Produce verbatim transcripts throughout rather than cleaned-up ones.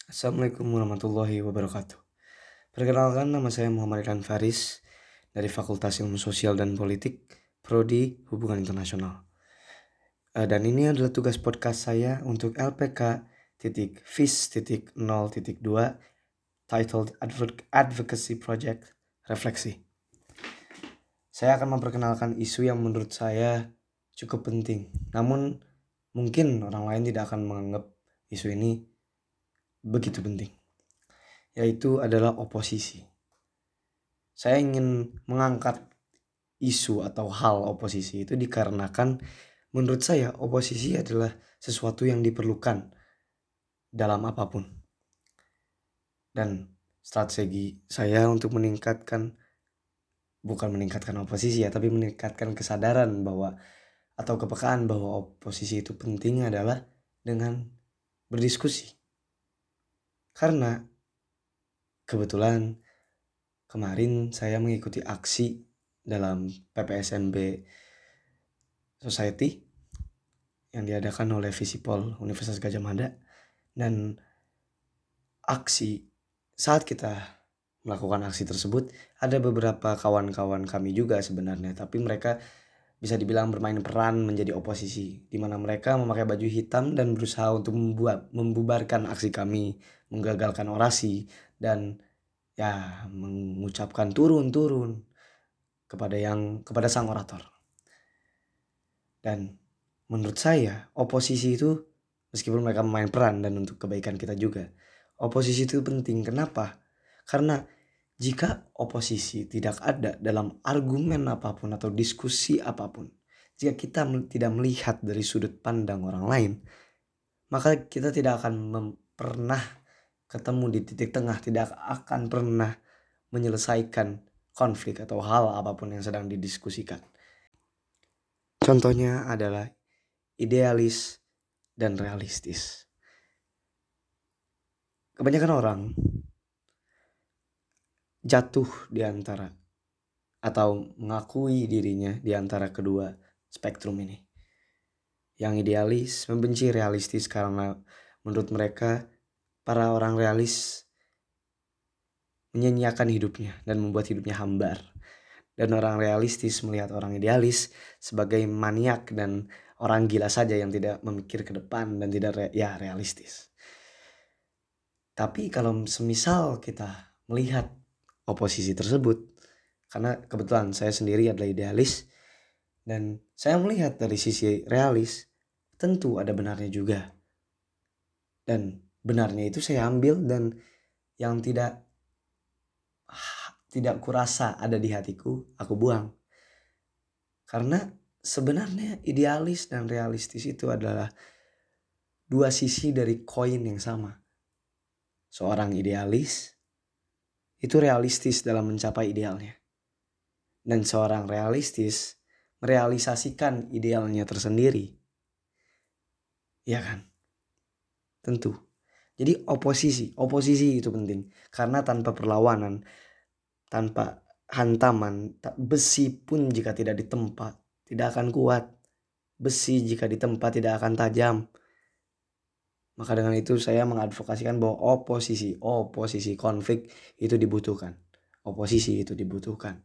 Assalamualaikum warahmatullahi wabarakatuh. Perkenalkan, nama saya Muhammad Irfan Faris dari Fakultas Ilmu Sosial dan Politik, Prodi Hubungan Internasional. Eh, Dan ini adalah tugas podcast saya untuk L P K titik F I S titik nol titik dua titled Advo- Advocacy Project Refleksi. Saya akan memperkenalkan isu yang menurut saya cukup penting. Namun mungkin orang lain tidak akan menganggap isu ini begitu penting, yaitu adalah oposisi. Saya ingin mengangkat isu atau hal oposisi itu dikarenakan menurut saya oposisi adalah sesuatu yang diperlukan dalam apapun. Dan strategi saya untuk meningkatkan, bukan meningkatkan oposisi ya, tapi meningkatkan kesadaran bahwa atau kepekaan bahwa oposisi itu penting adalah dengan berdiskusi. Karena kebetulan kemarin saya mengikuti aksi dalam P P S M B Society yang diadakan oleh Visipol Universitas Gadjah Mada. Dan aksi, saat kita melakukan aksi tersebut, ada beberapa kawan-kawan kami juga sebenarnya, tapi mereka bisa dibilang bermain peran menjadi oposisi, di mana mereka memakai baju hitam dan berusaha untuk membuat membubarkan aksi kami, menggagalkan orasi, dan ya mengucapkan turun-turun kepada yang kepada sang orator. Dan menurut saya oposisi itu, meskipun mereka memain peran dan untuk kebaikan kita juga, oposisi itu penting. Kenapa? Karena jika oposisi tidak ada dalam argumen apapun atau diskusi apapun, jika kita tidak melihat dari sudut pandang orang lain, maka kita tidak akan mem- pernah ketemu di titik tengah, tidak akan pernah menyelesaikan konflik atau hal apapun yang sedang didiskusikan. Contohnya adalah idealis dan realistis. Kebanyakan orang jatuh di antara atau mengakui dirinya di antara kedua spektrum ini. Yang idealis membenci realistis karena menurut mereka para orang realis menyanyiakan hidupnya dan membuat hidupnya hambar. Dan orang realistis melihat orang idealis sebagai maniak dan orang gila saja yang tidak memikir ke depan dan tidak re- ya realistis. Tapi kalau semisal kita melihat oposisi tersebut, karena kebetulan saya sendiri adalah idealis dan saya melihat dari sisi realis, tentu ada benarnya juga. Dan benarnya itu saya ambil, dan yang tidak tidak kurasa ada di hatiku, aku buang. Karena sebenarnya idealis dan realistis itu adalah dua sisi dari koin yang sama. Seorang idealis itu realistis dalam mencapai idealnya. Dan seorang realistis merealisasikan idealnya tersendiri. Ya kan? Tentu. Jadi oposisi, oposisi itu penting. Karena tanpa perlawanan, tanpa hantaman, besi pun jika tidak ditempa tidak akan kuat. Besi jika ditempa tidak akan tajam. Maka dengan itu saya mengadvokasikan bahwa oposisi, oposisi konflik itu dibutuhkan. Oposisi itu dibutuhkan.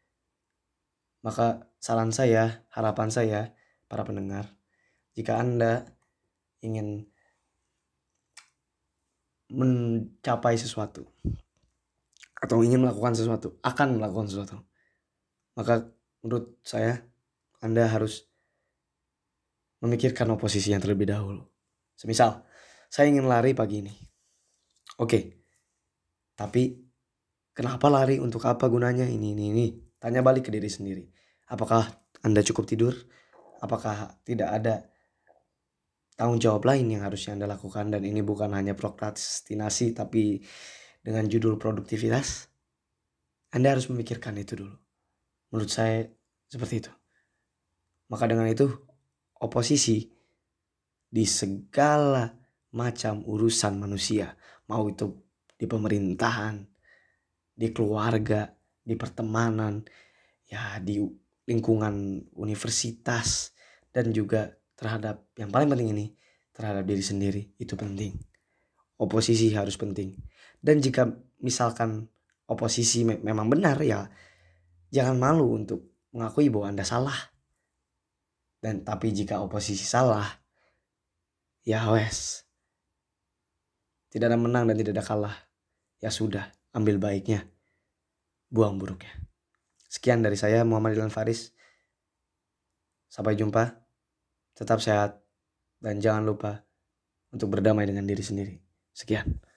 Maka saran saya, harapan saya, para pendengar, jika Anda ingin mencapai sesuatu atau ingin melakukan sesuatu, akan melakukan sesuatu, maka menurut saya Anda harus memikirkan oposisi yang terlebih dahulu. Semisal, saya ingin lari pagi ini. Oke, tapi kenapa lari? Untuk apa gunanya? Ini, ini, ini. Tanya balik ke diri sendiri. Apakah Anda cukup tidur? Apakah tidak ada tanggung jawab lain yang harusnya Anda lakukan? Dan ini bukan hanya prokrastinasi, tapi dengan judul produktivitas. Anda harus memikirkan itu dulu. Menurut saya seperti itu. Maka dengan itu, oposisi di segala macam urusan manusia, mau itu di pemerintahan, di keluarga, di pertemanan, ya di lingkungan universitas, dan juga terhadap yang paling penting ini, terhadap diri sendiri, itu penting. oposisi harus penting. Dan jika misalkan oposisi me- memang benar, ya jangan malu untuk mengakui bahwa Anda salah. Dan tapi jika oposisi salah, ya wes, tidak ada menang dan tidak ada kalah. Ya sudah, ambil baiknya, buang buruknya. Sekian dari saya, Muhammad Ilham Faris. Sampai jumpa, tetap sehat, dan jangan lupa untuk berdamai dengan diri sendiri. Sekian.